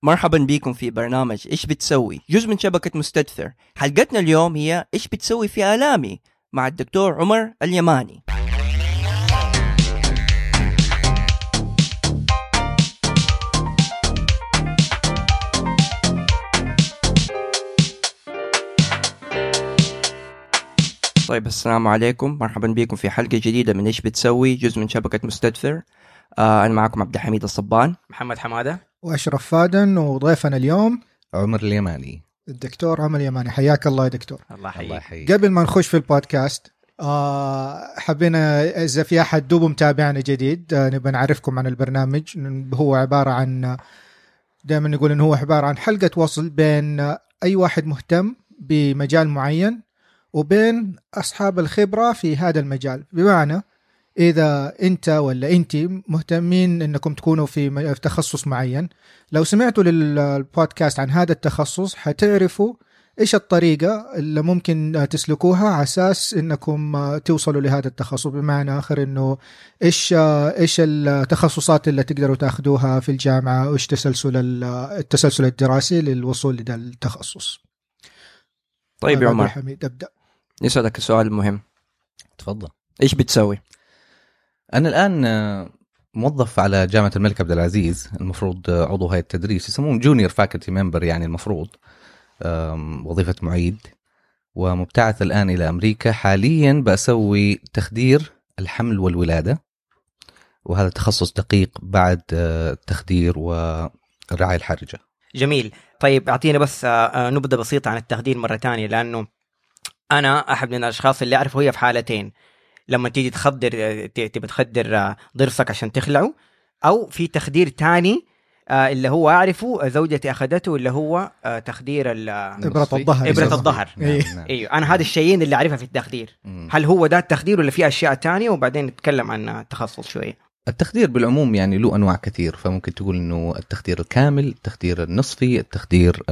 مرحبا بكم في برنامج إيش بتسوي، جزء من شبكة مستدثر. حلقتنا اليوم هي إيش بتسوي في آلامي مع الدكتور عمر اليماني. طيب السلام عليكم، مرحبا بكم في حلقة جديدة من إيش بتسوي، جزء من شبكة مستدثر. أنا معكم عبد الحميد الصبان، محمد حمادة وأشرف فادن، وضيفنا اليوم عمر اليماني. الدكتور عمر اليماني. حياك الله يا دكتور. الله يحييك. قبل ما نخش في البودكاست حبينا إذا في أحد دوب متابعنا جديد نبقى نعرفكم عن البرنامج. هو عبارة عن، دائما نقول إنه هو عبارة عن حلقة وصل بين أي واحد مهتم بمجال معين وبين أصحاب الخبرة في هذا المجال. بمعنى إذا أنت ولا أنت مهتمين أنكم تكونوا في تخصص معين، لو سمعتوا للبودكاست عن هذا التخصص حتعرفوا إيش الطريقة اللي ممكن تسلكوها على أساس أنكم توصلوا لهذا التخصص. بمعنى آخر أنه إيش التخصصات اللي تقدروا تأخذوها في الجامعة، وإيش التسلسل الدراسي للوصول لهذا التخصص. طيب يا عمر، حميد أبدأ. نسألك السؤال المهم. تفضل. إيش بتسوي؟ أنا الآن موظف على جامعة الملك عبد العزيز، المفروض عضو هيئة التدريس، يسمون جونيور فاكولتي ممبر، يعني المفروض وظيفة معيد، ومبتعث الآن إلى أمريكا. حاليا بسوي تخدير الحمل والولادة، وهذا تخصص دقيق بعد التخدير والرعاية الحرجة. جميل. طيب أعطينا بس نبذة بسيطة عن التخدير مرة تانية، لأنه أنا أحد من الأشخاص اللي أعرفه هي في حالتين: لما تيجي تبي تخدر ضرسك عشان تخلعه، أو في تخدير تاني اللي هو أعرفه زوجتي أخذته، اللي هو تخدير إبرة الظهر. أيوه، أنا هذا الشيئين اللي أعرفها في التخدير. هل هو ده التخدير ولا في أشياء تانية؟ وبعدين نتكلم عن التخصص شوية. التخدير بالعموم يعني له أنواع كثير، فممكن تقول إنه التخدير الكامل، التخدير النصفي، التخدير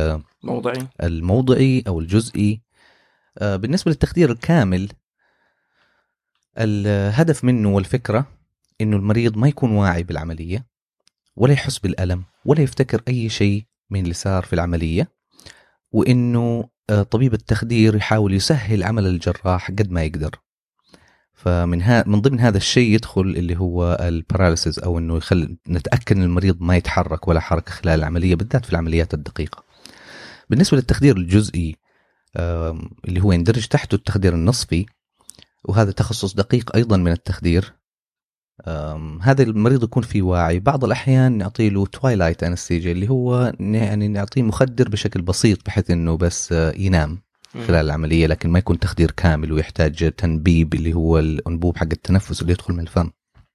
الموضعي أو الجزئي. بالنسبة للتخدير الكامل، الهدف منه والفكرة إنه المريض ما يكون واعي بالعملية، ولا يحس بالألم، ولا يفتكر أي شيء من اللي صار في العملية، وإنه طبيب التخدير يحاول يسهل عمل الجراح قد ما يقدر. من ضمن هذا الشيء يدخل اللي هو الباراليسيس، أو إنه نتأكد إن المريض ما يتحرك ولا حركة خلال العملية، بالذات في العمليات الدقيقة. بالنسبة للتخدير الجزئي اللي هو يندرج تحته التخدير النصفي، وهذا تخصص دقيق أيضا من التخدير. هذا المريض يكون فيه واعي. بعض الأحيان نعطي له تويلايت أنستيجيا، اللي هو يعني نعطيه مخدر بشكل بسيط بحيث إنه بس ينام خلال العملية، لكن ما يكون تخدير كامل ويحتاج تنبيب، اللي هو الأنبوب حق التنفس اللي يدخل من الفم.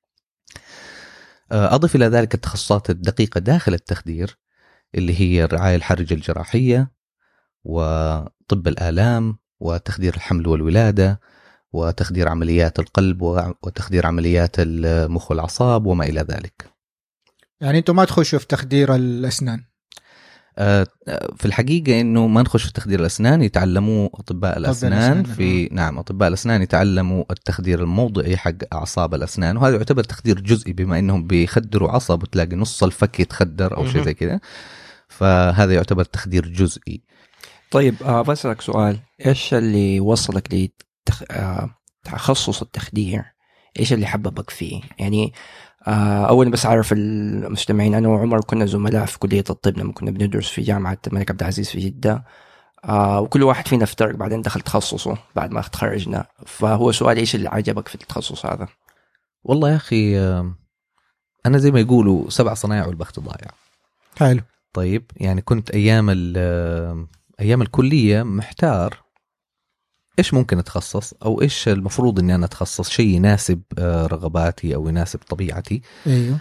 أضف إلى ذلك التخصصات الدقيقة داخل التخدير، اللي هي الرعاية الحرجة الجراحية، وطب الآلام، وتخدير الحمل والولادة، وتخدير عمليات القلب، وتخدير عمليات المخ والأعصاب وما إلى ذلك. يعني أنتم ما تخشوا في تخدير الأسنان؟ في الحقيقة إنه ما نخش في تخدير الأسنان، يتعلموا أطباء الأسنان نعم، أطباء الأسنان يتعلموا التخدير الموضعي حق أعصاب الأسنان، وهذا يعتبر تخدير جزئي، بما إنهم بيخدروا عصب وتلاقي نص الفك يتخدر أو شيء زي كده، فهذا يعتبر تخدير جزئي. طيب بسألك سؤال، إيش اللي وصلك تخصص التخدير؟ إيش اللي حببك فيه؟ يعني أولا بس أعرف المستمعين، أنا وعمر كنا زملاء في كلية الطب لما كنا بندرس في جامعة الملك عبد العزيز في جدة، وكل واحد فينا افترق، بعدين دخل تخصصه بعد ما تخرجنا. فهو سؤال، إيش اللي عجبك في التخصص هذا؟ والله يا أخي، أنا زي ما يقولوا 7 صنايع والبخت ضايع. حلو. طيب يعني كنت أيام الكلية محتار إيش ممكن أتخصص، أو إيش المفروض إني أنا أتخصص شيء يناسب رغباتي أو يناسب طبيعتي. أيوه.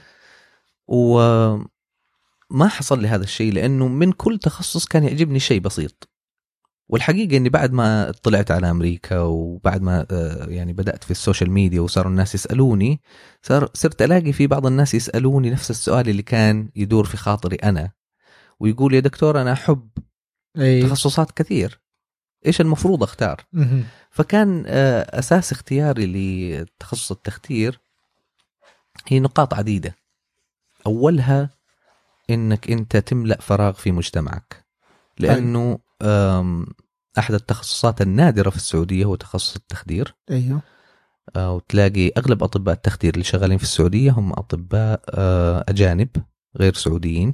وما حصل لي هذا الشيء، لأنه من كل تخصص كان يعجبني شيء بسيط. والحقيقة إني بعد ما طلعت على أمريكا، وبعد ما يعني بدأت في السوشيال ميديا وصاروا الناس يسألوني، صرت ألاقي في بعض الناس يسألوني نفس السؤال اللي كان يدور في خاطري أنا، ويقول يا دكتور أنا أحب تخصصات كثير، إيش المفروض أختار؟ فكان أساس اختياري لتخصص التخدير هي نقاط عديدة. أولها إنك أنت تملأ فراغ في مجتمعك، لأنه أحد التخصصات النادرة في السعودية هو تخصص التخدير. أيوه. وتلاقي أغلب أطباء التخدير اللي شغالين في السعودية هم أطباء أجانب غير سعوديين.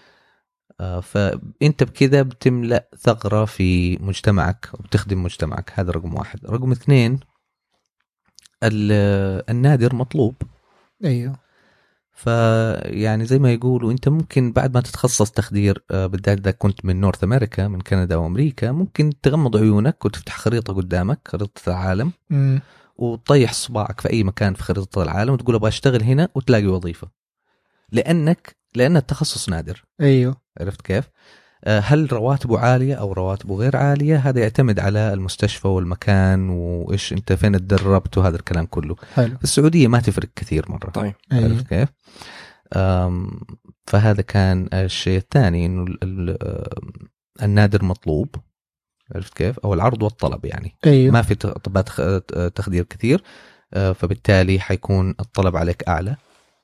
فأنت بكذا بتملأ ثغرة في مجتمعك وبتخدم مجتمعك. هذا رقم واحد. رقم اثنين، النادر مطلوب. أيوه. فيعني زي ما يقولوا أنت ممكن بعد ما تتخصص تخدير، بالذات إذا كنت من نورث أمريكا، من كندا وأمريكا، ممكن تغمض عيونك وتفتح خريطة قدامك، خريطة العالم، وتطيح صباعك في أي مكان في خريطة العالم وتقول أبغى أشتغل هنا وتلاقي وظيفة، لأن التخصص نادر. أيوه. عرفت كيف؟ هل رواتبه عالية أو رواتبه غير عالية؟ هذا يعتمد على المستشفى والمكان وإيش أنت فين اتدربت وهذا الكلام كله. حلو. في السعودية ما تفرق كثير مرة. طيب. عرفت كيف؟ فهذا كان الشيء الثاني، إنه النادر مطلوب. عرفت كيف؟ أو العرض والطلب يعني. أيوه. ما في طبات تخدير كثير، فبالتالي حيكون الطلب عليك أعلى.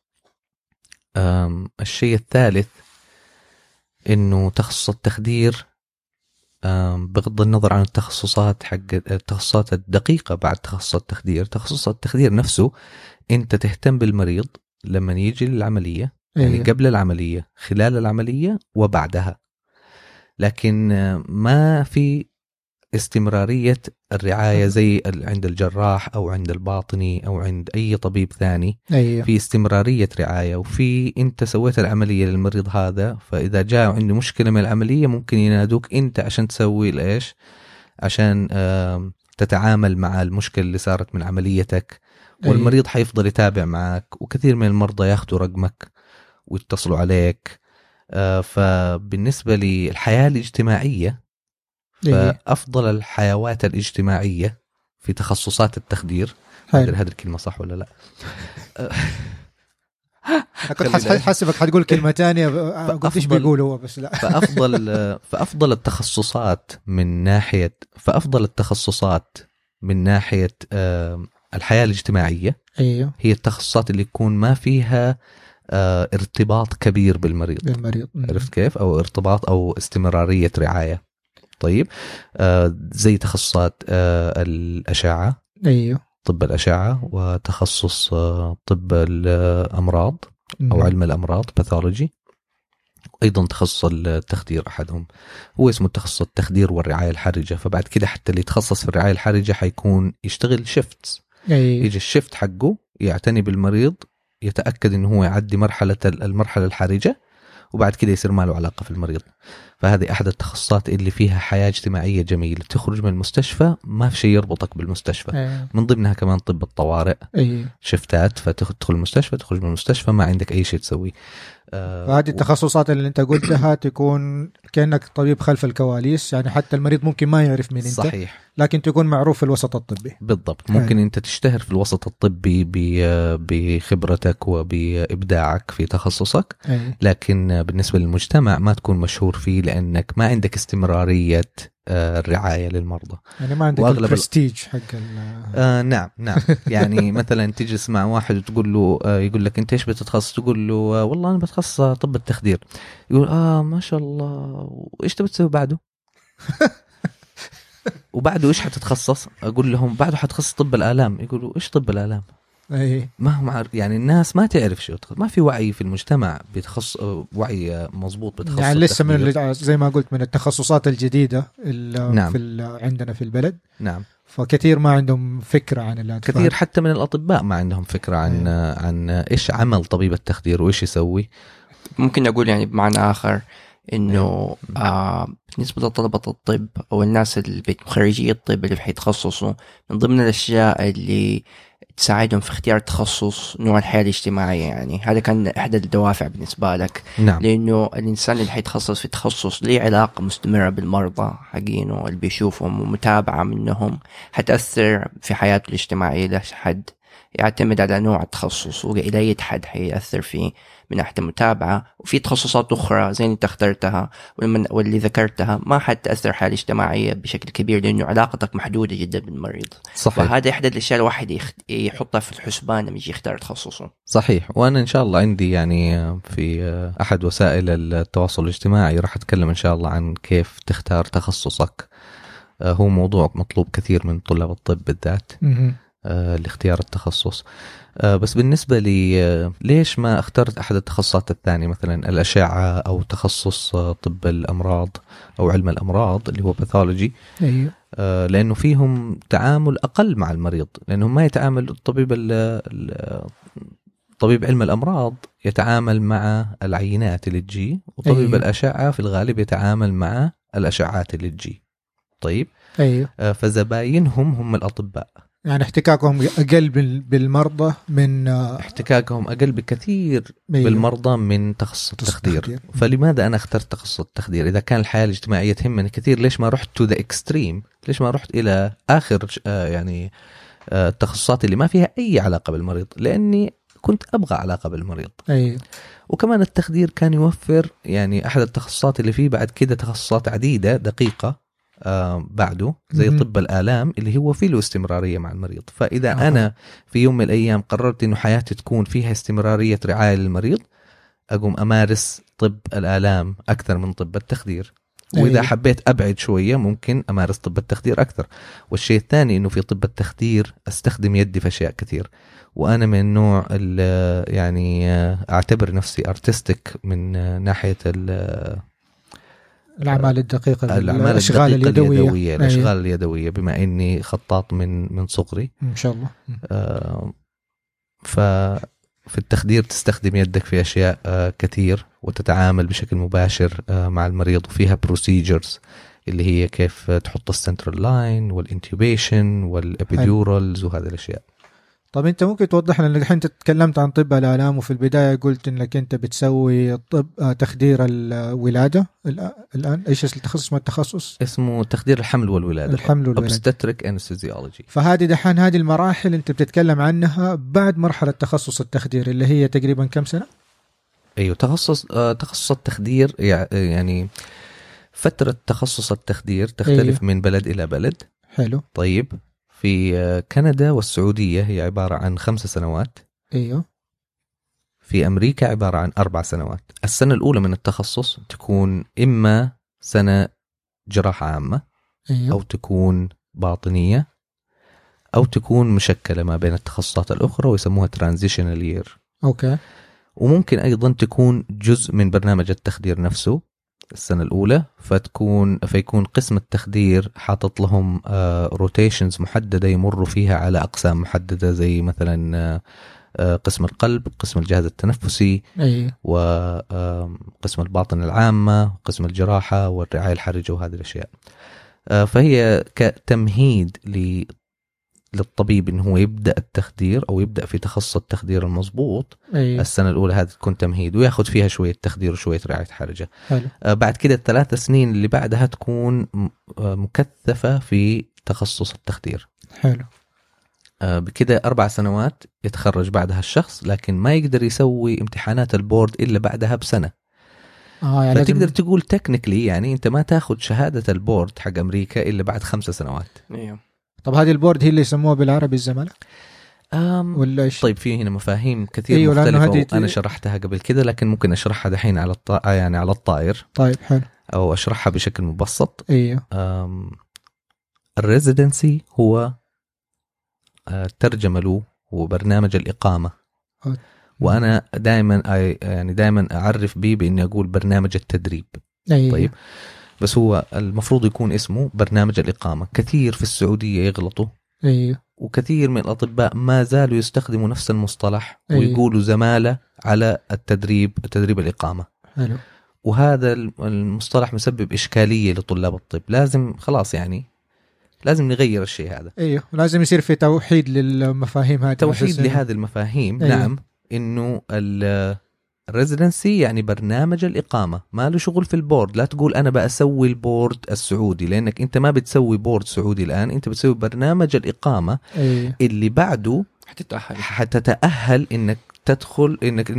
الشيء الثالث إنه تخصص التخدير، بغض النظر عن التخصصات الدقيقة بعد تخصص التخدير، تخصص التخدير نفسه أنت تهتم بالمريض لما يجي للعملية. أيوه. يعني قبل العملية، خلال العملية، وبعدها. لكن ما في استمرارية الرعاية زي عند الجراح أو عند الباطني أو عند أي طبيب ثاني. أيوه. في استمرارية رعاية، وفي أنت سويت العملية للمريض هذا، فإذا جاء عنده مشكلة من العملية ممكن ينادوك أنت عشان تسوي الإيش، عشان تتعامل مع المشكلة اللي صارت من عمليتك. والمريض حيفضل يتابع معك، وكثير من المرضى ياخدوا رقمك ويتصلوا عليك. فبالنسبة للحياة الاجتماعية، فأفضل الحيوات الاجتماعية في تخصصات التخدير. هذه الكلمة صح ولا لا؟ كنت حاسبك حتقول كلمة تانية، قلت إيش بيقول هو، بس لا. فأفضل التخصصات من ناحية الحياة الاجتماعية. أيوه. هي التخصصات اللي يكون ما فيها ارتباط كبير بالمريض. عرفت كيف؟ أو ارتباط أو استمرارية رعاية. طيب، زي تخصصات الأشعة. أيوه. طب الأشعة، وتخصص طب الأمراض أو علم الأمراض باثولوجي. أيضا تخصص التخدير أحدهم هو اسمه تخصص التخدير والرعاية الحرجة. فبعد كده حتى اللي يتخصص في الرعاية الحرجة حيكون يشتغل شيفت. أيوه. يجي الشيفت حقه يعتني بالمريض، يتأكد إنه هو يعدي المرحلة الحرجة، وبعد كده يصير ما له علاقة في المريض. فهذه أحد التخصصات اللي فيها حياة اجتماعية جميلة. تخرج من المستشفى ما في شيء يربطك بالمستشفى. من ضمنها كمان طب الطوارئ. شفتات، فتدخل المستشفى، تخرج من المستشفى ما عندك أي شيء تسوي. فهذه التخصصات اللي انت قلتها تكون كأنك طبيب خلف الكواليس، يعني حتى المريض ممكن ما يعرف مين انت. صحيح. لكن تكون معروف في الوسط الطبي. بالضبط. ممكن انت تشتهر في الوسط الطبي بخبرتك وبإبداعك في تخصصك. لكن بالنسبة للمجتمع ما تكون مشهور فيه، لأنك ما عندك استمرارية الرعاية للمرضى. يعني ما عندك البرستيج حق نعم. يعني مثلا تجلس مع واحد وتقول له، يقول لك انت ايش بتتخصص؟ تقول له والله انا بتخصص طب التخدير. يقول ما شاء الله، وايش تبي تسوي بعده؟ وبعده ايش حتتخصص؟ اقول لهم بعده حتخصص طب الآلام. يقولوا ايش طب الآلام؟ ما هم عارف. يعني الناس ما تعرف شو، ما في وعي في المجتمع بتخصص، وعي مضبوط بتخصص. يعني لسه من زي ما قلت من التخصصات الجديدة نعم. عندنا في البلد. نعم. فكثير ما عندهم فكرة عن الأطفال. كثير حتى من الأطباء ما عندهم فكرة عن إيش عمل طبيب التخدير وإيش يسوي. ممكن أقول يعني بمعنى آخر إنه بالنسبة لطلبة الطب أو الناس اللي خريجي الطب اللي حيتخصصوا، من ضمن الأشياء اللي تساعدهم في اختيار تخصص نوع الحياة الاجتماعية. يعني هذا كان أحد الدوافع بالنسبة لك. نعم. لأنه الإنسان اللي حيتخصص في تخصص ليه علاقة مستمرة بالمرضى حقينه اللي بيشوفهم ومتابعة منهم، حتأثر في حياته الاجتماعية لحد يعتمد على نوع التخصص وإلى أي حد حيأثر فيه من ناحية المتابعة. وفي تخصصات أخرى زي اللي انت اخترتها واللي ذكرتها ما حتأثر حالة اجتماعية بشكل كبير لأنه علاقتك محدودة جدا بالمريض. صحيح. وهذا إحدى الأشياء الواحد يحطها في الحسبان لما يجي يختار تخصصه. صحيح. وأنا إن شاء الله عندي يعني في أحد وسائل التواصل الاجتماعي راح أتكلم إن شاء الله عن كيف تختار تخصصك. هو موضوع مطلوب كثير من طلاب الطب بالذات لاختيار التخصص. بس بالنسبة لي ليش ما اخترت أحد التخصصات الثانية مثلا الأشعة أو تخصص طب الأمراض أو علم الأمراض اللي هو باثولوجي؟ أيوه. لأنه فيهم تعامل أقل مع المريض، لأنه ما يتعامل طبيب علم الأمراض يتعامل مع العينات اللي تجي، وطبيب أيوه. الأشعة في الغالب يتعامل مع الأشعات اللي تجي. طيب. أيوه. فزباينهم هم الأطباء، يعني احتكاكهم أقل بالمرضى من احتكاكهم أقل بكثير بالمرضى من تخصص التخدير. فلماذا أنا اخترت تخصص التخدير؟ إذا كان الحياة الاجتماعية تهمني كثير، ليش ما رحت to the extreme؟ ليش ما رحت إلى آخر يعني التخصصات اللي ما فيها أي علاقة بالمريض؟ لأني كنت أبغى علاقة بالمريض. أيوه. وكمان التخدير كان يوفر يعني أحد التخصصات اللي فيه بعد كده تخصصات عديدة دقيقة بعده زي طب الآلام اللي هو فيه له استمرارية مع المريض. فإذا أنا في يوم من الأيام قررت إنه حياتي تكون فيها استمرارية رعاية للمريض، أقوم أمارس طب الآلام أكثر من طب التخدير. وإذا حبيت أبعد شوية ممكن أمارس طب التخدير أكثر. والشيء الثاني إنه في طب التخدير أستخدم يدي في أشياء كثير، وأنا من النوع يعني أعتبر نفسي أرتستيك من ناحية الأعمال الدقيقة، الأشغال اليدوية. الأشغال اليدوية بما إني خطاط من صغري إن شاء الله. ففي التخدير تستخدم يدك في أشياء كثير وتتعامل بشكل مباشر مع المريض، وفيها بروسيجرز اللي هي كيف تحط السنترال لاين والانتيوبيشن والابيدورالز وهذه الأشياء. طب انت ممكن توضح لنا، الحين انت تكلمت عن طب الآلام وفي البداية قلت انك انت بتسوي طب تخدير الولادة. الآن ايش التخصص؟ ما التخصص اسمه تخدير الحمل والولادة، الحمل والولادة، obstetric anesthesiology. فهذه دحين هذه المراحل انت بتتكلم عنها بعد مرحلة تخصص التخدير اللي هي تقريبا كم سنة؟ ايوه تخصص التخدير يعني فترة تخصص التخدير تختلف من بلد إلى بلد. حلو. طيب في كندا والسعودية هي عبارة عن 5 سنوات. ايوه. في أمريكا عبارة عن 4 سنوات. السنة الأولى من التخصص تكون إما سنة جراحة عامة، أيوه. أو تكون باطنية، أو تكون مشكلة ما بين التخصصات الأخرى ويسموها transitional year. أوكي. وممكن أيضا تكون جزء من برنامج التخدير نفسه السنة الأولى، فيكون قسم التخدير حاطط لهم روتيشنز محددة يمروا فيها على أقسام محددة، زي مثلا قسم القلب، قسم الجهاز التنفسي، أيه. وقسم الباطن العامة، قسم الجراحة والرعاية الحرجة وهذه الأشياء. فهي كتمهيد للطبيب إنه هو يبدأ التخدير أو يبدأ في تخصص التخدير المضبوط. أيه. السنة الأولى هذه تكون تمهيد ويأخذ فيها شوية تخدير وشوية رعاية حرجة. بعد كده 3 سنين اللي بعدها تكون مكثفة في تخصص التخدير. حلو. بكده 4 سنوات يتخرج بعدها الشخص، لكن ما يقدر يسوي امتحانات البورد إلا بعدها بسنة. يعني فتقدر تقول تكنيكلي يعني أنت ما تاخد شهادة البورد حق أمريكا إلا بعد 5 سنوات. أيوه. طب هذه البورد هي اللي يسموها بالعربي الزمالة؟ ولا إيش؟ طيب فيه هنا مفاهيم كثير مختلفة وأنا شرحتها قبل كده، لكن ممكن أشرحها دحين على الطائر. طيب حلو. أو أشرحها بشكل مبسط. أيوه. الريزيدنسي هو ترجمة له هو برنامج الإقامة، وأنا دائما أعرف به بإني أقول برنامج التدريب. أيوه. طيب بس هو المفروض يكون اسمه برنامج الإقامة. كثير في السعودية يغلطوا. أيوه. وكثير من الأطباء ما زالوا يستخدموا نفس المصطلح. أيوه. ويقولوا زمالة على تدريب الإقامة. حلو. وهذا المصطلح مسبب إشكالية لطلاب الطب. لازم خلاص يعني لازم نغير الشيء هذا. ايوه، لازم يصير في توحيد للمفاهيم هذه، توحيد لهذه المفاهيم. أيوه. نعم، انه الريزيدنسي يعني برنامج الإقامة، ما له شغل في البورد. لا تقول انا بأسوي البورد السعودي، لانك انت ما بتسوي بورد سعودي الان، انت بتسوي برنامج الإقامة. أيوه. اللي بعده حتتأهل انك تدخل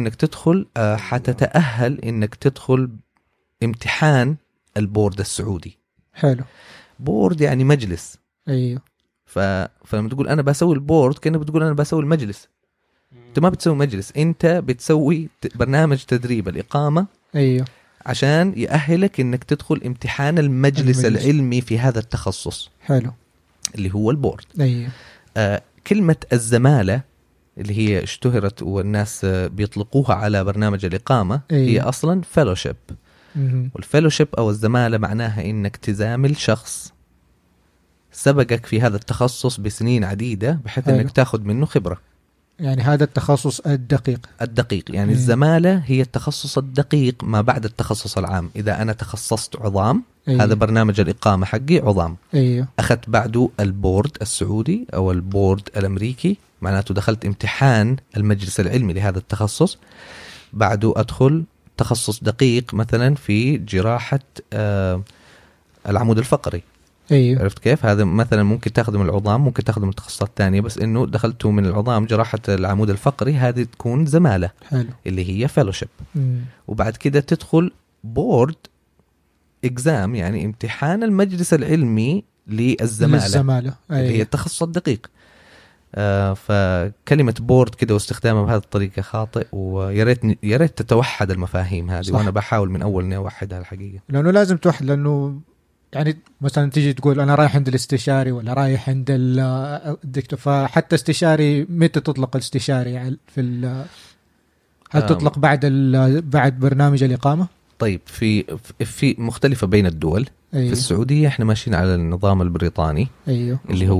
حتتأهل انك تدخل امتحان البورد السعودي. حلو. بورد يعني مجلس. ايوه. فلما تقول انا بسوي البورد كأنك بتقول انا بسوي المجلس. انت ما بتسوي مجلس، انت بتسوي برنامج تدريب الإقامة. ايوه. عشان يأهلك انك تدخل امتحان المجلس العلمي في هذا التخصص. حلو. اللي هو البورد. ايوه. كلمة الزمالة اللي هي اشتهرت والناس بيطلقوها على برنامج الإقامة. أيوة. هي أصلا فيلوشيب. والفيلوشيب أو الزمالة معناها إنك تزامل شخص سبقك في هذا التخصص بسنين عديدة بحيث حلو. إنك تاخذ منه خبرة. يعني هذا التخصص الدقيق يعني الزمالة هي التخصص الدقيق ما بعد التخصص العام. إذا أنا تخصصت عظام. أيوة. هذا برنامج الإقامة حقي عظام. أيوة. أخذت بعده البورد السعودي أو البورد الأمريكي، معناته دخلت امتحان المجلس العلمي لهذا التخصص. بعده أدخل تخصص دقيق مثلا في جراحة العمود الفقري. أيوة. عرفت كيف؟ هذا مثلا ممكن تاخذه من العظام، ممكن تاخذه من تخصصات تانية، بس إنه دخلته من العظام جراحة العمود الفقري، هذه تكون زمالة. حلو. اللي هي فيلوشيب. وبعد كده تدخل بورد إكزام، يعني امتحان المجلس العلمي للزمالة. أيوة. اللي هي التخصص الدقيق. فكلمة بورد كده واستخدامها بهذه الطريقة خاطئ، ويا ريت تتوحد المفاهيم هذه. صح. وأنا بحاول من أول إني أوحدها الحقيقة، لأنه لازم توحد. لأنه يعني مثلا تيجي تقول أنا رايح عند الاستشاري ولا رايح عند الدكتور، فحتى استشاري متى تطلق الاستشاري هل تطلق بعد برنامج الإقامة؟ طيب في مختلفة بين الدول. أيوه. في السعودية احنا ماشيين على النظام البريطاني. أيوه.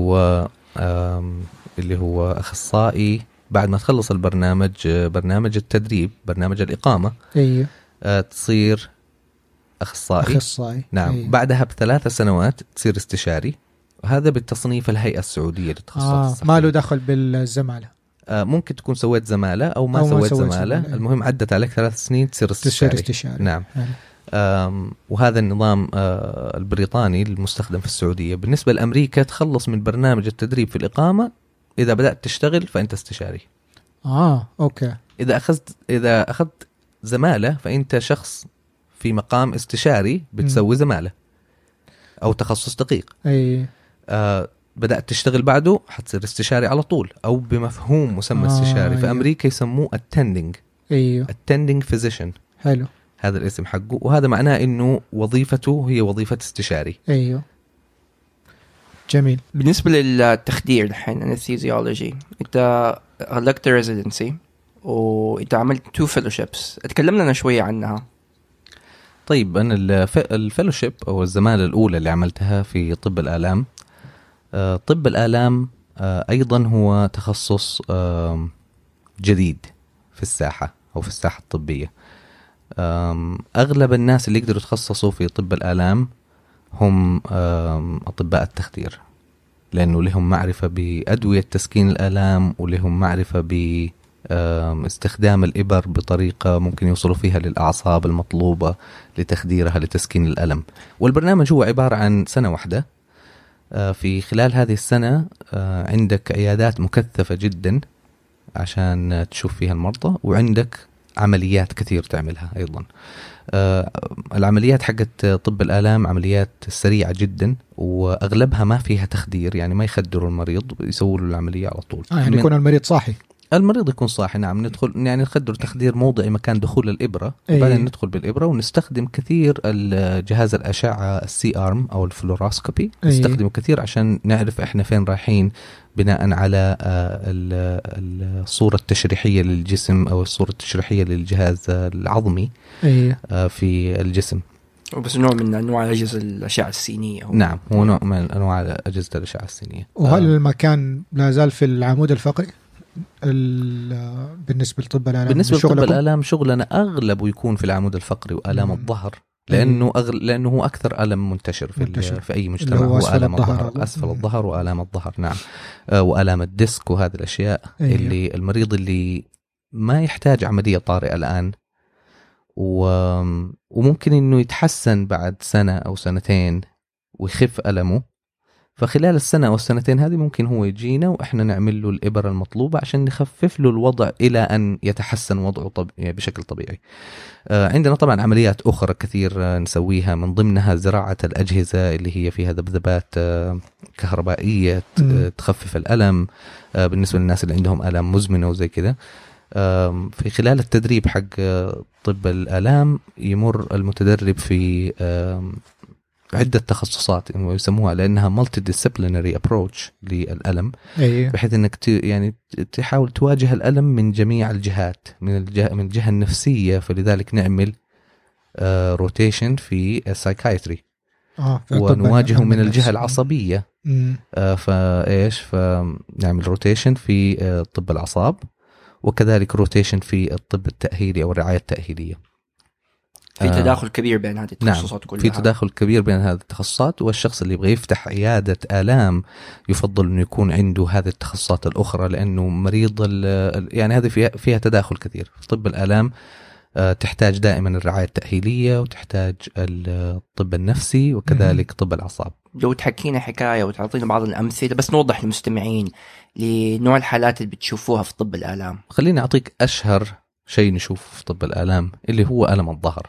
اللي هو أخصائي بعد ما تخلص برنامج التدريب، برنامج الإقامة. أيوه. تصير أخصائي. نعم. أيوه. بعدها ب3 سنوات تصير استشاري، وهذا بالتصنيف الهيئة السعودية للتخصصات. ما له دخل بالزمالة. ممكن تكون سويت زمالة أو ما سويت زمالة. المهم عدت عليك 3 سنين تصير استشاري. نعم. وهذا النظام البريطاني المستخدم في السعودية. بالنسبة لأمريكا تخلص من برنامج التدريب في الإقامة، إذا بدأت تشتغل فأنت استشاري. أوكي. إذا أخذت زمالة فأنت شخص في مقام استشاري بتسوي زمالة أو تخصص دقيق. أي. بدأت تشتغل بعده حتصير استشاري على طول، أو بمفهوم مسمى استشاري. في أمريكا يسموه attending. أيوه. attending physician. حلو. هذا الاسم حقه، وهذا معناه إنه وظيفته هي وظيفة استشاري. أيوه. جميل. بالنسبة للتخدير الحين anesthesiology، أنت غلقت residency وأنت عملت 2 fellowships، اتكلم لنا شوية عنها. طيب أنا الفellowship أو الزمالة الأولى اللي عملتها في طب الآلام. طب الآلام أيضا هو تخصص جديد في الساحة أو في الساحة الطبية. أغلب الناس اللي يقدروا يتخصصوا في طب الآلام هم أطباء التخدير، لأنه لهم معرفة بأدوية تسكين الآلام، ولهم معرفة باستخدام الإبر بطريقة ممكن يوصلوا فيها للأعصاب المطلوبة لتخديرها لتسكين الألم. والبرنامج هو عبارة عن سنة واحدة. في خلال هذه السنة عندك عيادات مكثفة جدا عشان تشوف فيها المرضى، وعندك عمليات كثير تعملها أيضا. العمليات حقت طب الآلام عمليات سريعة جدا، وأغلبها ما فيها تخدير، يعني ما يخدروا المريض، يسووا له العملية على طول. يعني يكون المريض صاحي. المريض يكون صاحي. نعم. ندخل يعني نخدر تخدير موضعي مكان دخول الإبرة. وبعدين ندخل بالإبرة، ونستخدم كثير الجهاز الأشعة السي آرم أو الفلوروسكوبي. نستخدمه كثير عشان نعرف إحنا فين رايحين، بناء على الصورة التشريحية للجسم أو الصورة التشريحية للجهاز العظمي في الجسم. وبس نوع من أنواع أجهزة الأشعة السينية. نعم، هو نوع من أنواع أجهزة الأشعة السينية. وهل المكان لا زال في العمود الفقري بالنسبة لطب الآلام؟ بالنسبة لطب الآلام شغلنا أغلبه يكون في العمود الفقري وآلام الظهر، لأنه هو أكثر ألم منتشر في أي مجتمع. هو آلام الظهر، أسفل الظهر وآلام الظهر. نعم. وآلام الديسك وهذه الأشياء. اللي المريض اللي ما يحتاج عملية طارئة الآن، وممكن إنه يتحسن بعد 1 أو 2 سنين ويخف ألمه، فخلال السنة أو السنتين هذه ممكن هو يجينا وإحنا نعمل له الإبرة المطلوبة عشان نخفف له الوضع إلى أن يتحسن وضعه بشكل طبيعي. عندنا طبعا عمليات أخرى كثير نسويها، من ضمنها زراعة الأجهزة اللي هي فيها ذبذبات كهربائية تخفف الألم بالنسبة للناس اللي عندهم آلام مزمنة وزي كده. في خلال التدريب حق طب الآلام يمر المتدرب في عدة تخصصات يسموها لأنها multidisciplinary approach للألم، بحيث أنك يعني تحاول تواجه الألم من جميع الجهات، من الجهة النفسية، فلذلك نعمل روتيشن في السايكايتري ونواجهه من الجهة العصبية. فنعمل روتيشن في طب الأعصاب، وكذلك روتيشن في الطب التأهيلي أو الرعاية التأهيلية. في تداخل كبير بين هذه التخصصات. نعم، كلها في تداخل كبير بين هذه التخصصات، والشخص اللي يبغى يفتح عيادة آلام يفضل أنه يكون عنده هذه التخصصات الأخرى، لأنه مريض يعني هذه فيها تداخل كثير. طب الآلام تحتاج دائما الرعاية التأهيلية، وتحتاج الطب النفسي، وكذلك طب الأعصاب. لو تحكينا حكاية وتعطينا بعض الأمثلة بس نوضح للمستمعين لنوع الحالات اللي بتشوفوها في طب الآلام. خليني أعطيك أشهر شيء نشوفه في طب الآلام اللي هو ألم الظهر.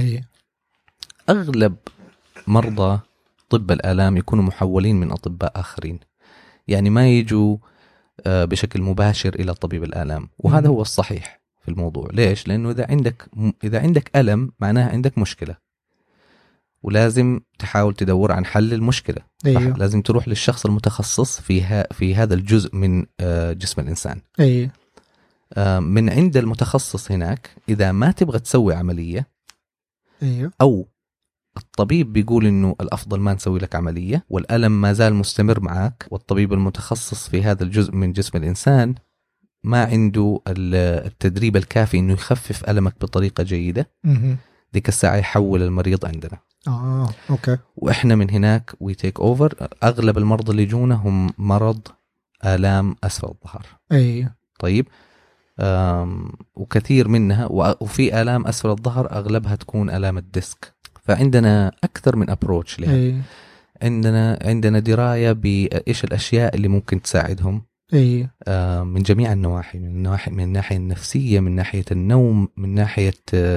أغلب مرضى طب الآلام يكونوا محولين من أطباء آخرين، يعني ما يجوا بشكل مباشر إلى طبيب الآلام، وهذا هو الصحيح في الموضوع. ليش؟ لأنه إذا عندك ألم معناها عندك مشكلة، ولازم تحاول تدور عن حل المشكلة. لازم تروح للشخص المتخصص في هذا الجزء من جسم الإنسان. من عند المتخصص هناك، إذا ما تبغى تسوي عملية أو الطبيب بيقول إنه الأفضل ما نسوي لك عملية والألم ما زال مستمر معك، والطبيب المتخصص في هذا الجزء من جسم الإنسان ما عنده التدريب الكافي إنه يخفف ألمك بطريقة جيدة، ذيك الساعة يحول المريض عندنا. أوكي. وإحنا من هناك we take over. أغلب المرضى اللي يجونا هم مرض آلام أسفل الظهر. طيب، وكثير منها وفي آلام أسفل الظهر أغلبها تكون آلام الديسك. فعندنا أكثر من أبروتش لها. عندنا دراية بإيش الأشياء اللي ممكن تساعدهم من جميع النواحي، من الناحية النفسية، من ناحية النوم، من ناحية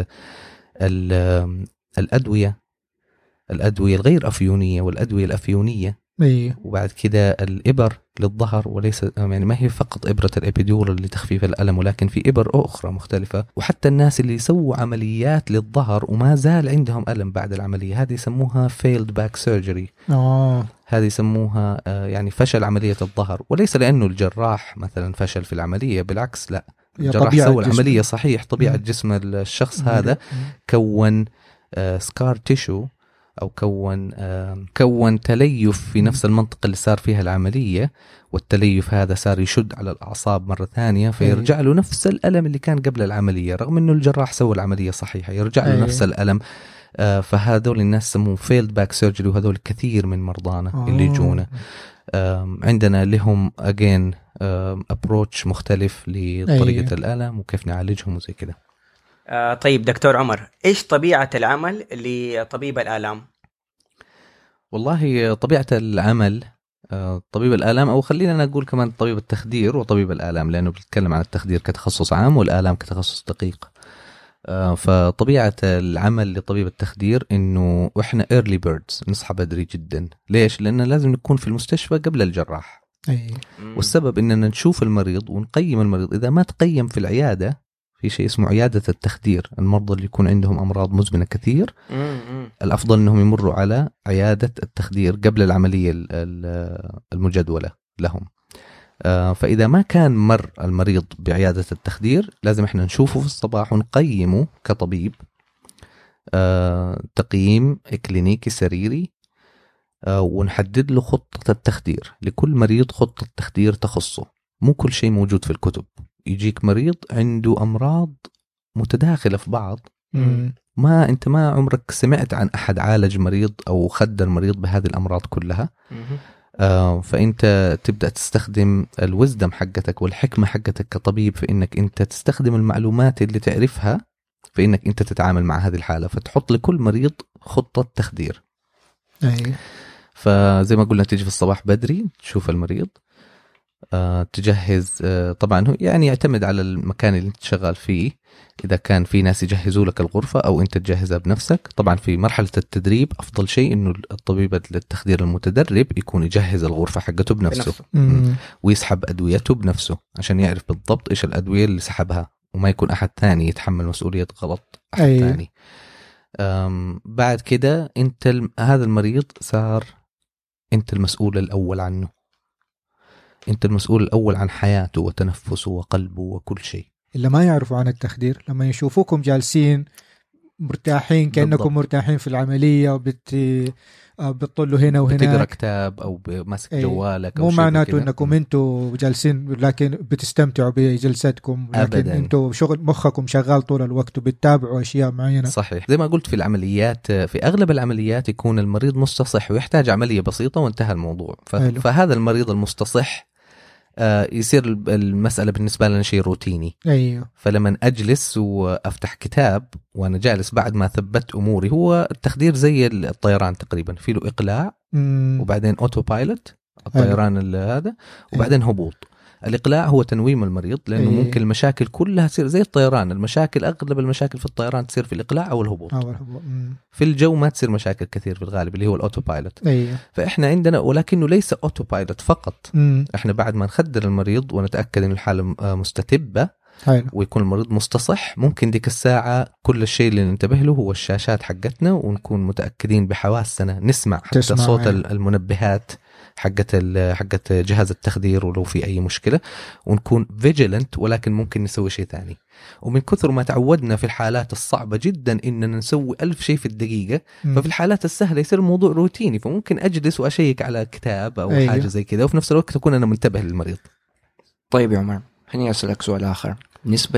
الأدوية الغير أفيونية والأدوية الأفيونية. وبعد كده الإبر للظهر، وليس يعني ما هي فقط إبرة الإبيدورال لتخفيف الألم، ولكن في إبر أخرى مختلفة. وحتى الناس اللي يسووا عمليات للظهر وما زال عندهم ألم بعد العملية، هذه يسموها failed back surgery. هذه يسموها يعني فشل عملية الظهر، وليس لأنه الجراح مثلا فشل في العملية، بالعكس، لا، الجراح سوى العملية صحيح، طبيعة جسم الشخص هذا كون سكار تيشو أو كون تليف في نفس المنطقة اللي صار فيها العملية، والتليف هذا صار يشد على الأعصاب مرة ثانية، فيرجع له نفس الألم اللي كان قبل العملية، رغم أنه الجراح سوى العملية صحيحة، يرجع له نفس الألم. فهذول الناس سموه failed back surgery، وهذول كثير من مرضانا اللي يجونا. عندنا لهم again approach مختلف لطريقة الألم وكيف نعالجهم وزي كده. طيب دكتور عمر، إيش طبيعة العمل لطبيب الآلام؟ والله طبيعة العمل طبيب الآلام، أو خلينا نقول كمان طبيب التخدير وطبيب الآلام، لأنه بنتكلم عن التخدير كتخصص عام والآلام كتخصص دقيق. فطبيعة العمل لطبيب التخدير إنه إحنا early birds، نصحى بدري جدا. ليش؟ لأن لازم نكون في المستشفى قبل الجراح. والسبب إننا نشوف المريض ونقيم المريض. إذا ما تقيم في العيادة، في شيء اسمه عيادة التخدير، المرضى اللي يكون عندهم أمراض مزمنة كثير الأفضل أنهم يمروا على عيادة التخدير قبل العملية المجدولة لهم. فإذا ما كان مر المريض بعيادة التخدير، لازم احنا نشوفه في الصباح ونقيمه كطبيب تقييم كلينيكي سريري، ونحدد له خطة التخدير. لكل مريض خطة تخدير تخصه، مو كل شيء موجود في الكتب. يجيك مريض عنده أمراض متداخلة في بعض، أنت ما عمرك سمعت عن أحد عالج مريض أو خدر مريض بهذه الأمراض كلها. فأنت تبدأ تستخدم الوزدم حقتك والحكمة حقتك كطبيب في إنك أنت تستخدم المعلومات اللي تعرفها في إنك أنت تتعامل مع هذه الحالة، فتحط لكل مريض خطة تخدير. فزي ما قلنا تيجي في الصباح بدري تشوف المريض، تجهز. طبعا هو يعني يعتمد على المكان اللي انت شغال فيه، اذا كان في ناس يجهزوا لك الغرفه او انت تجهزها بنفسك. طبعا في مرحله التدريب افضل شيء انه الطبيب التخدير المتدرب يكون يجهز الغرفه حقته بنفسه. ويسحب ادويته بنفسه عشان يعرف بالضبط ايش الادويه اللي سحبها، وما يكون احد ثاني يتحمل مسؤوليه غلط احد ثاني. بعد كده انت هذا المريض صار انت المسؤول الاول عنه، انت المسؤول الاول عن حياته وتنفسه وقلبه وكل شيء. اللي ما يعرفوا عن التخدير لما يشوفوكم جالسين مرتاحين كأنكم بالضبط. مرتاحين في العملية بتطلوا هنا وهنا، بتقرأ كتاب أو ماسك جوالك، مو معناته أنكم أنتوا جالسين لكن بتستمتعوا بجلستكم، لكن أنتوا شغل مخكم شغال طول الوقت وبتتابعوا أشياء معينة. صحيح. زي ما قلت في العمليات، في أغلب العمليات يكون المريض مستصح ويحتاج عملية بسيطة وانتهى الموضوع. فهذا المريض المستصح يصير المسألة بالنسبة لنا شيء روتيني. أيوه. فلما أجلس وأفتح كتاب وأنا جالس بعد ما ثبت أموري، هو التخدير زي الطيران تقريبا، في له إقلاع وبعدين أوتو بايلوت الطيران هذا، وبعدين هبوط. الإقلاع هو تنويم المريض، لأنه ممكن المشاكل كلها تصير زي الطيران. المشاكل أغلب المشاكل في الطيران تصير في الإقلاع أو الهبوط. في الجو ما تصير مشاكل كثير في الغالب، اللي هو الأوتو بايلوت. فإحنا عندنا، ولكنه ليس أوتو بايلوت فقط. إحنا بعد ما نخدر المريض ونتأكد أن الحالة مستتبة ويكون المريض مستصح، ممكن ديك الساعة كل الشيء اللي ننتبه له هو الشاشات حقتنا، ونكون متأكدين بحواسنا نسمع حتى صوت المنبهات حقت جهاز التخدير ولو في أي مشكلة، ونكون فيجيلنت. ولكن ممكن نسوي شيء ثاني، ومن كثر ما تعودنا في الحالات الصعبة جدا إننا نسوي 1000 شيء في الدقيقة، ففي الحالات السهلة يصير الموضوع روتيني، فممكن أجلس وأشيك على كتاب أو حاجة زي كذا، وفي نفس الوقت أكون أنا منتبه للمريض. طيب يا عمر، خليني أسألك سؤال آخر بالنسبة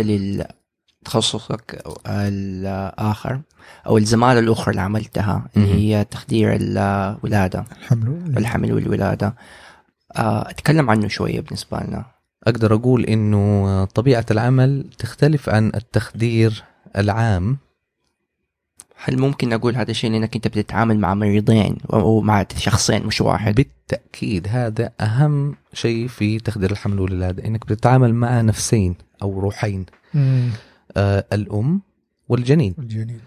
لتخصصك الآخر أو الزمالة الأخرى اللي عملتها، اللي هي تخدير الولادة، الحمل والولادة. أتكلم عنه شوية. بالنسبة لنا أقدر أقول إنه طبيعة العمل تختلف عن التخدير العام. هل ممكن أقول هذا الشيء لأنك أنت بتتعامل مع مريضين أو مع شخصين مش واحد؟ بالتأكيد هذا أهم شيء في تخدير الحمل والولادة، إنك بتتعامل مع نفسين أو روحين، الأم والجنين.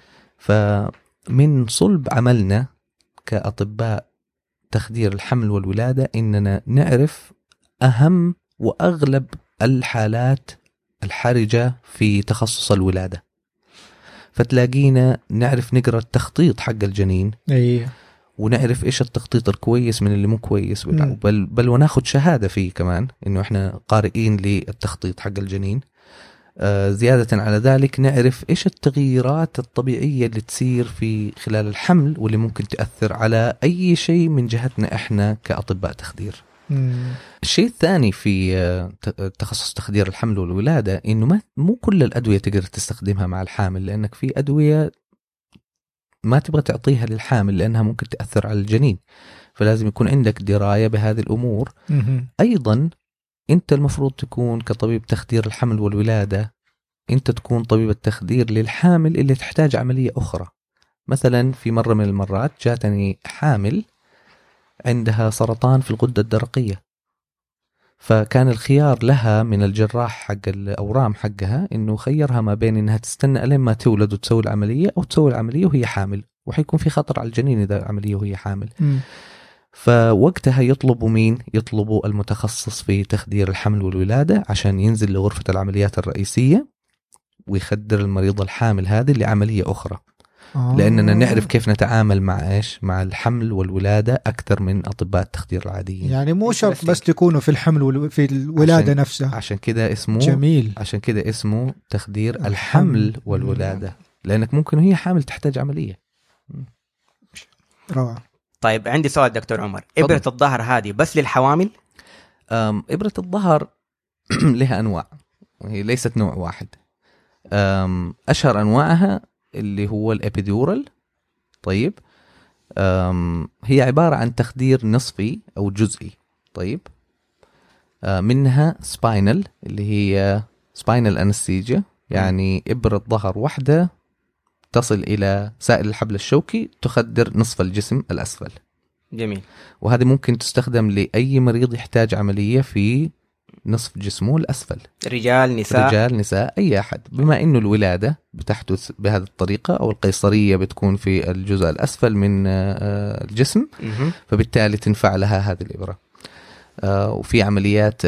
فمن صلب عملنا كأطباء تخدير الحمل والولادة إننا نعرف أهم وأغلب الحالات الحرجة في تخصص الولادة، فتلاقينا نعرف نقرأ التخطيط حق الجنين. ونعرف إيش التخطيط الكويس من اللي مو كويس، بل وناخد شهادة فيه كمان إنه إحنا قارئين للتخطيط حق الجنين. زيادة على ذلك نعرف إيش التغييرات الطبيعية اللي تصير في خلال الحمل واللي ممكن تأثر على أي شيء من جهتنا إحنا كأطباء تخدير. الشيء الثاني في تخصص تخدير الحمل والولادة إنه مو كل الأدوية تقدر تستخدمها مع الحامل، لأنك في أدوية ما تبغى تعطيها للحامل لأنها ممكن تأثر على الجنين، فلازم يكون عندك دراية بهذه الأمور. أيضا أنت المفروض تكون كطبيب تخدير الحمل والولادة، أنت تكون طبيب التخدير للحامل اللي تحتاج عملية أخرى. مثلا في مرة من المرات جاتني حامل عندها سرطان في الغدة الدرقية، فكان الخيار لها من الجراح حق الأورام حقها إنه خيرها ما بين إنها تستنى ألين ما تولد وتسوي العملية، أو تسوي العملية وهي حامل، وحيكون في خطر على الجنين إذا العملية وهي حامل. فوقتها يطلبوا مين؟ يطلبوا المتخصص في تخدير الحمل والولادة عشان ينزل لغرفة العمليات الرئيسية ويخدر المريض الحامل هذه لعملية أخرى. لأننا نعرف كيف نتعامل مع إيش؟ مع الحمل والولادة أكثر من أطباء التخدير العاديين. يعني مو شرط بس تكونوا في الحمل في الولادة نفسها. عشان كده اسمه جميل. عشان كده اسمه تخدير الحمل والولادة، لأنك ممكن هي حامل تحتاج عملية. روعة. طيب عندي سؤال دكتور عمر، إبرة الظهر هذه بس للحوامل؟ إبرة الظهر لها أنواع، وهي ليست نوع واحد. أشهر أنواعها اللي هو الإبيدورال. طيب هي عبارة عن تخدير نصفي أو جزئي. طيب منها سباينال اللي هي سباينال أنستيجيا، يعني إبرة ظهر واحدة تصل إلى سائل الحبل الشوكي تخدر نصف الجسم الأسفل. جميل. وهذه ممكن تستخدم لأي مريض يحتاج عملية في نصف جسمه الأسفل، رجال نساء أي أحد، بما إنه الولادة بتحدث بهذه الطريقة أو القيصرية بتكون في الجزء الأسفل من الجسم، فبالتالي تنفع لها هذه الإبرة. وفي عمليات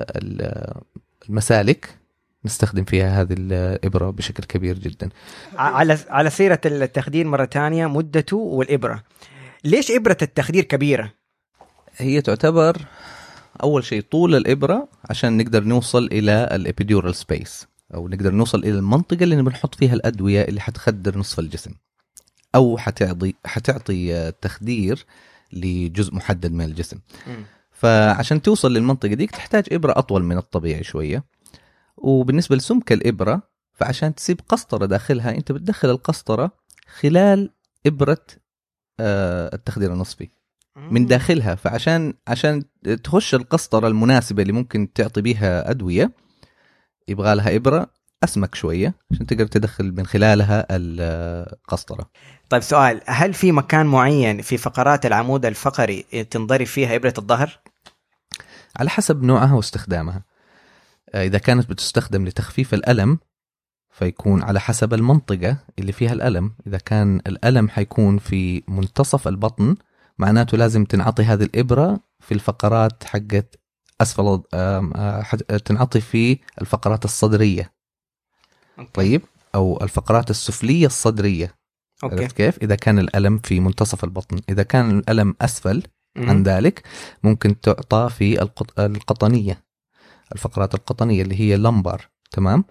المسالك نستخدم فيها هذه الإبرة بشكل كبير جدا. على سيرة التخدير مرة تانية، مدته والإبرة، ليش إبرة التخدير كبيرة؟ هي تعتبر أول شيء طول الإبرة عشان نقدر نوصل إلى الإبيدورال سبيس، أو نقدر نوصل إلى المنطقة اللي بنحط فيها الأدوية اللي حتخدر نصف الجسم، أو حتعطي تخدير لجزء محدد من الجسم. فعشان توصل للمنطقة دي تحتاج إبرة أطول من الطبيعي شوية. وبالنسبة لسمك الإبرة، فعشان تسيب قسطرة داخلها أنت بتدخل القسطرة خلال إبرة التخدير النصفي من داخلها. فعشان تخش القسطرة المناسبة اللي ممكن تعطي بيها أدوية، يبغى لها إبرة أسمك شوية عشان تقدر تدخل من خلالها القسطرة. طيب سؤال، هل في مكان معين في فقرات العمود الفقري تنضرب فيها إبرة الظهر؟ على حسب نوعها واستخدامها. إذا كانت بتستخدم لتخفيف الألم فيكون على حسب المنطقة اللي فيها الألم. إذا كان الألم حيكون في منتصف البطن، معناته لازم تنعطي هذه الإبرة في الفقرات حقت أسفل، تنعطي في الفقرات الصدرية. طيب، أو الفقرات السفلية الصدرية. عرفت كيف؟ إذا كان الألم في منتصف البطن. إذا كان الألم أسفل عن ذلك ممكن تعطى في القطنية، الفقرات القطنية اللي هي اللمبر. تمام.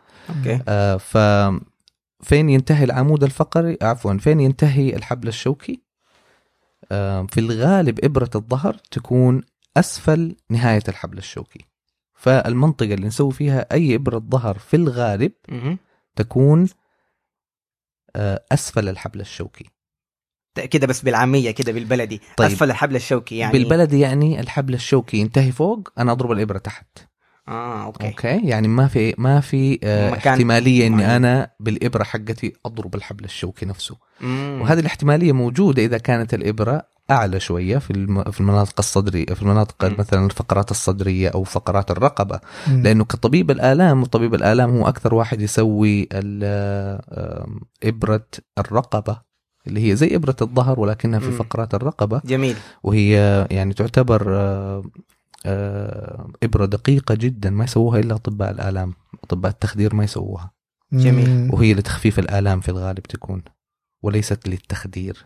ففين ينتهي العمود الفقري، فين ينتهي الحبل الشوكي؟ في الغالب إبرة الظهر تكون أسفل نهاية الحبل الشوكي. فالمنطقة اللي نسوي فيها أي إبرة ظهر في الغالب تكون أسفل الحبل الشوكي كده، بس بالعامية كده بالبلدي. طيب. أسفل الحبل الشوكي يعني بالبلدي يعني الحبل الشوكي ينتهي فوق، أنا أضرب الإبرة تحت. أوكي. يعني ما في احتمالية إني أنا بالإبرة حقتي أضرب الحبل الشوكي نفسه. وهذه الاحتمالية موجودة إذا كانت الإبرة أعلى شوية في المناطق الصدرية، في المناطق مثلا الفقرات الصدرية أو فقرات الرقبة. لأنه كطبيب الآلام، وطبيب الآلام هو أكثر واحد يسوي إبرة الرقبة اللي هي زي إبرة الظهر ولكنها في فقرات الرقبة. جميل. وهي يعني تعتبر إبرة دقيقة جدا، ما يسووها إلا أطباء الآلام، أطباء التخدير ما يسووها. جميل. وهي لتخفيف الآلام في الغالب تكون، وليست للتخدير.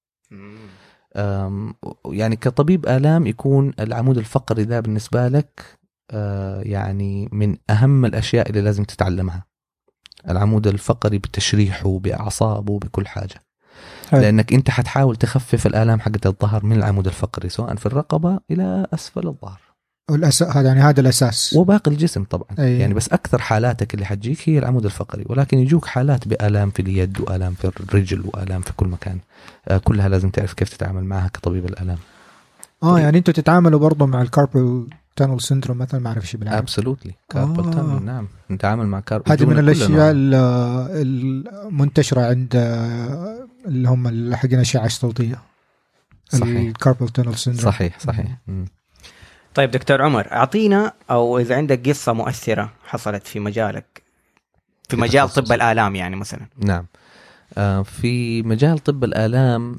يعني كطبيب آلام يكون العمود الفقري ذا بالنسبة لك يعني من أهم الأشياء اللي لازم تتعلمها. العمود الفقري بتشريحه بأعصابه بكل حاجة. لأنك أنت حتحاول تخفف الآلام حقت الظهر من العمود الفقري، سواء في الرقبة إلى أسفل الظهر. يعني هذا الأساس، وباقي الجسم طبعا. يعني بس أكثر حالاتك اللي حتجيك هي العمود الفقري، ولكن يجوك حالات بآلام في اليد وآلام في الرجل وآلام في كل مكان. كلها لازم تعرف كيف تتعامل معها كطبيب الآلام. يعني أنتوا تتعاملوا برضو مع الكاربل تانل سيندروم مثلا؟ ما أعرف شيء بالعربي. أبسولوتلي كاربل تانل. نعم، نتعامل مع كاربل. هذه من الأشياء المنتشرة عند اللي هم حقين الأشعة الصوتية. الكاربل تانل سيندروم. صحيح. طيب دكتور عمر، أعطينا، أو إذا عندك قصة مؤثرة حصلت في مجالك، في مجال طب الآلام يعني مثلا. نعم. في مجال طب الآلام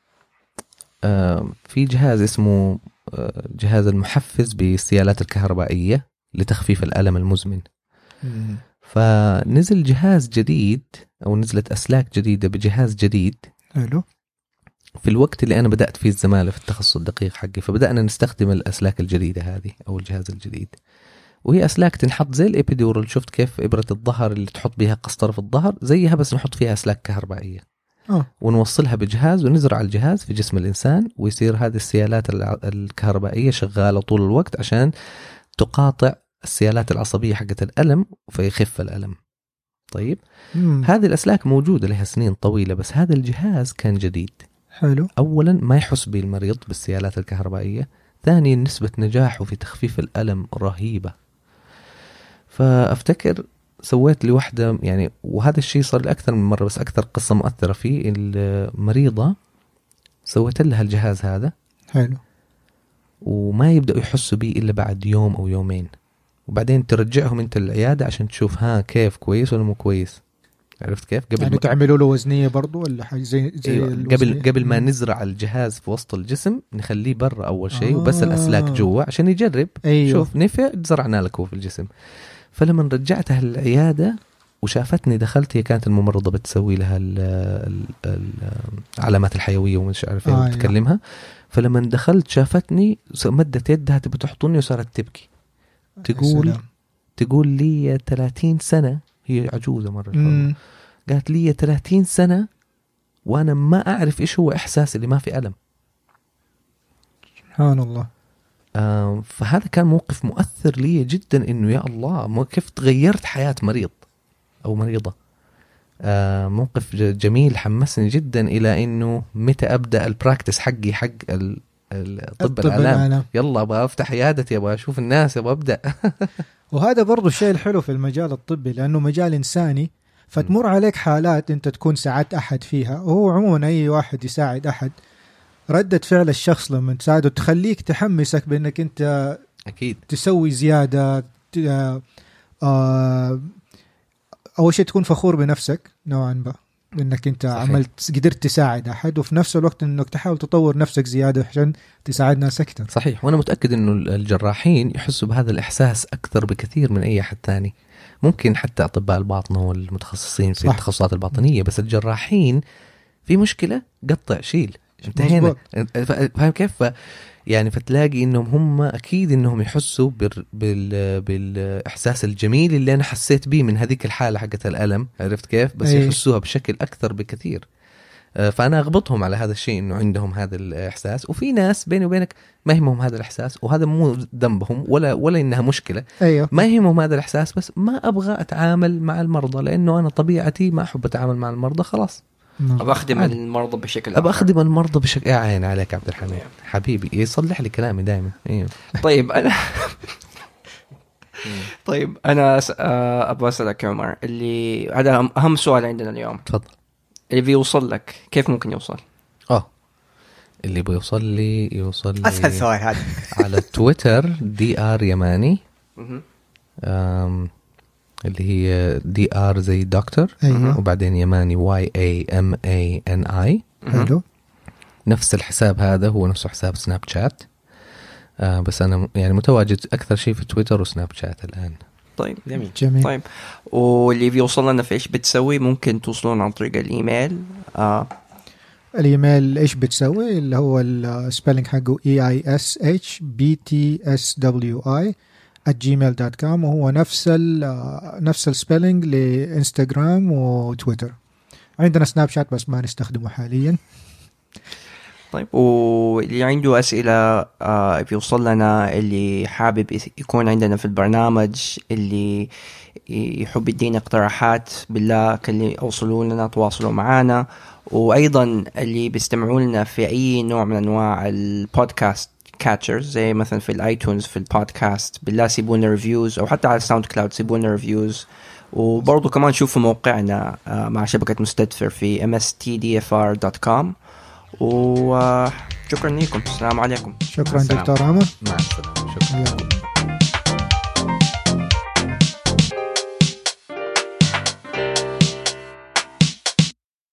في جهاز اسمه جهاز المحفز بالسيالات الكهربائية لتخفيف الألم المزمن. فنزل جهاز جديد، أو نزلت أسلاك جديدة بجهاز جديد. حلو. في الوقت اللي أنا بدأت فيه الزمالة في التخصص الدقيق حقي، فبدأنا نستخدم الأسلاك الجديدة هذه أو الجهاز الجديد. وهي أسلاك تنحط زي الإبيدورال. شفت كيف إبرة الظهر اللي تحط بها قسطرة في الظهر؟ زيها بس نحط فيها أسلاك كهربائية. ونوصلها بجهاز ونزرع الجهاز في جسم الإنسان، ويصير هذه السيالات الكهربائية شغالة طول الوقت عشان تقاطع السيالات العصبية حقت الألم فيخف الألم. طيب. هذه الأسلاك موجودة لها سنين طويلة، بس هذا الجهاز كان جديد. حلو. أولا ما يحس به المريض بالسيالات الكهربائية. ثانيا نسبة نجاحه في تخفيف الألم رهيبة. فأفتكر سويت لي واحدة يعني، وهذا الشيء صار لي أكثر من مرة، بس أكثر قصة مؤثرة فيه المريضة سويت لها الجهاز هذا حلو. وما يبدأوا يحسوا بيه إلا بعد يوم أو يومين، وبعدين ترجعهم أنت العيادة عشان تشوف كيف كويس ولا مو كويس. عرفت كيف؟ قبل يعني تعملوا له وزنية برضو ولا حاجة زي أيوة. قبل ما نزرع الجهاز في وسط الجسم نخليه برا أول شيء وبس الأسلاك جوا عشان يجرب. أيوة. شوف نفع زرعنا لك هو في الجسم. فلما رجعتها العيادة وشافتني دخلت، هي كانت الممرضة بتسوي لها العلامات الحيوية ومش عارف ايه بتكلمها. فلما دخلت شافتني مدت يدها تبي تحضني وصارت تبكي. تقول لي 30 سنة، هي عجوزة مرة. قالت لي 30 سنة وانا ما اعرف ايش هو احساس اللي ما في ألم. سبحان الله. فهذا كان موقف مؤثر لي جدا، انه يا الله كيف تغيرت حياة مريض او مريضة. موقف جميل حمسني جدا الى انه متى ابدا البراكتس حقي حق الطب الآلام. يلا ابغى افتح عيادتي، ابغى اشوف الناس، ابغى ابدا. وهذا برضو الشيء الحلو في المجال الطبي، لانه مجال انساني، فتمر عليك حالات انت تكون ساعدت احد فيها. وهو عموما اي واحد يساعد احد، ردة فعل الشخص لما تساعده تخليك تحمسك بانك انت اكيد تسوي زيادة. اول شيء تكون فخور بنفسك نوعا ما انك انت صحيح. عملت قدرت تساعد احد، وفي نفس الوقت انك تحاول تطور نفسك زيادة عشان تساعد ناس اكثر. صحيح. وانا متأكد انه الجراحين يحسوا بهذا الاحساس اكثر بكثير من اي احد ثاني. ممكن حتى اطباء الباطنة والمتخصصين في التخصصات الباطنية، بس الجراحين في مشكلة قطع شيل انتهينا. فاهم كيف؟ يعني فتلاقي انهم هم اكيد انهم يحسوا بالاحساس الجميل اللي انا حسيت به من هذيك الحالة حقت الألم. عرفت كيف؟ بس يحسوها بشكل اكثر بكثير. فانا اغبطهم على هذا الشيء انه عندهم هذا الاحساس. وفي ناس بيني وبينك ما يهمهم هذا الاحساس، وهذا مو ذنبهم ولا انها مشكلة. أيوه. ما يهمهم هذا الاحساس، بس ما ابغى اتعامل مع المرضى لانه انا طبيعتي ما احب اتعامل مع المرضى. خلاص أبغى أخدم المرضى بشكل أبغى أخدم المرضى بشكل عين عليك عبد الحميد حبيبي، يصلح لي كلامي دائما. طيب أنا أبغى أسألك يا عمر، اللي هذا أهم سؤال عندنا اليوم. تفضل. اللي بيوصل لك كيف ممكن يوصل؟ اللي بيوصل لي أسهل سؤال هذا. على تويتر DR يماني، اللي هي DR زي دكتور. أيوه. وبعدين يماني YAMANI. حلو. نفس الحساب هذا هو نفسه حساب سناب شات، بس أنا يعني متواجد أكثر شيء في تويتر وسناب شات الآن. طيب جميل. طيب واللي بيوصل لنا في إيش بتسوي ممكن توصلون عن طريق الإيميل. الإيميل إيش بتسوي اللي هو السبيلنج حقه EISHBTSWI@gmail.com، وهو نفس السبيلنج لإنستغرام وتويتر. عندنا سناب شات بس ما نستخدمه حاليا. طيب واللي عنده أسئلة بيوصل لنا، اللي حابب يكون عندنا في البرنامج، اللي يحب يدينا اقتراحات، بالله أوصلوا لنا، تواصلوا معنا. وأيضا اللي بيستمعوا لنا في أي نوع من أنواع البودكاست كاتشرز، زي مثلا في الايتونز في البودكاست، بالله سيبونا ريفيوز، أو حتى على ساوند كلاود سيبونا ريفيوز. وبرضو كمان شوفوا موقعنا مع شبكة مستدفر في mstdfr.com. وشكرا لكم. السلام عليكم. شكرا دكتور عمر. مع السلامة. شكرا.